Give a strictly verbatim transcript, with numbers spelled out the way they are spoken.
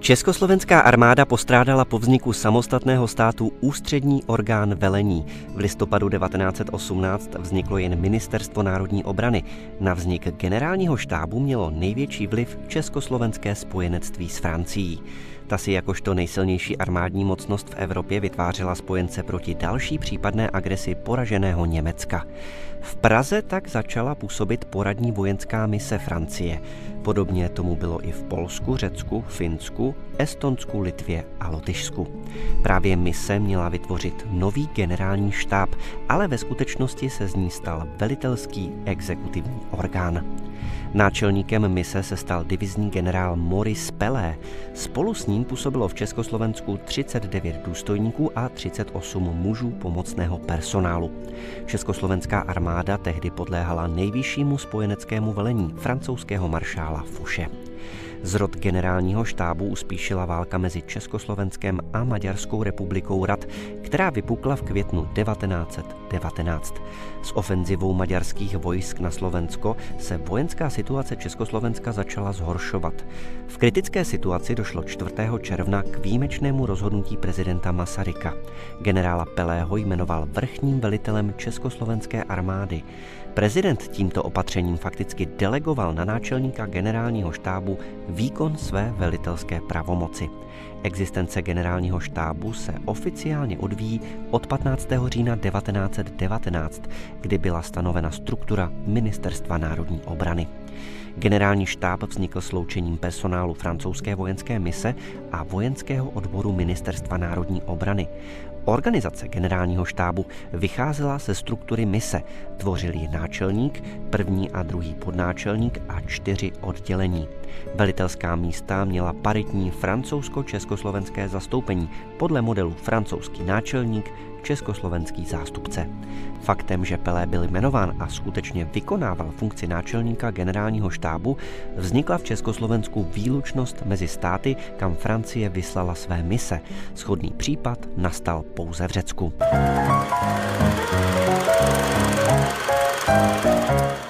Československá armáda postrádala po vzniku samostatného státu ústřední orgán velení. V listopadu devatenáct set osmnáct vzniklo jen Ministerstvo národní obrany. Na vznik generálního štábu mělo největší vliv Československé spojenectví s Francií. Ta si jakožto nejsilnější armádní mocnost v Evropě vytvářela spojence proti další případné agresi poraženého Německa. V Praze tak začala působit poradní vojenská mise Francie. Podobně tomu bylo i v Polsku, Řecku, Finsku, Estonsku, Litvě a Lotyšsku. Právě mise měla vytvořit nový generální štáb, ale ve skutečnosti se z ní stal velitelský exekutivní orgán. Náčelníkem mise se stal divizní generál Maurice Pellé. Spolu s ním působilo v Československu třicet devět důstojníků a třicet osm mužů pomocného personálu. Československá armáda tehdy podléhala nejvyššímu spojeneckému velení francouzského maršála Foche. Zrod generálního štábu uspíšila válka mezi Československem a Maďarskou republikou Rad, která vypukla v květnu devatenáct set devatenáct. S ofenzivou maďarských vojsk na Slovensko se vojenská situace Československa začala zhoršovat. V kritické situaci došlo čtvrtého června k výjimečnému rozhodnutí prezidenta Masaryka. Generála Pellého jmenoval vrchním velitelem Československé armády. Prezident tímto opatřením fakticky delegoval na náčelníka generálního štábu výkon své velitelské pravomoci. Existence generálního štábu se oficiálně odvíjí od patnáctého října devatenáct set devatenáct, kdy byla stanovena struktura Ministerstva národní obrany. Generální štáb vznikl sloučením personálu francouzské vojenské mise a vojenského odboru Ministerstva národní obrany. Organizace generálního štábu vycházela ze struktury mise. Tvořil ji náčelník, první a druhý podnáčelník a čtyři oddělení. Velitelská místa měla paritní francouzsko-československé zastoupení podle modelu francouzský náčelník, československý zástupce. Faktem, že Pellé byl jmenován a skutečně vykonával funkci náčelníka generálního štábu, vznikla v Československu výlučnost mezi státy, kam Francie vyslala své mise. Shodný případ nastal pouze v Řecku.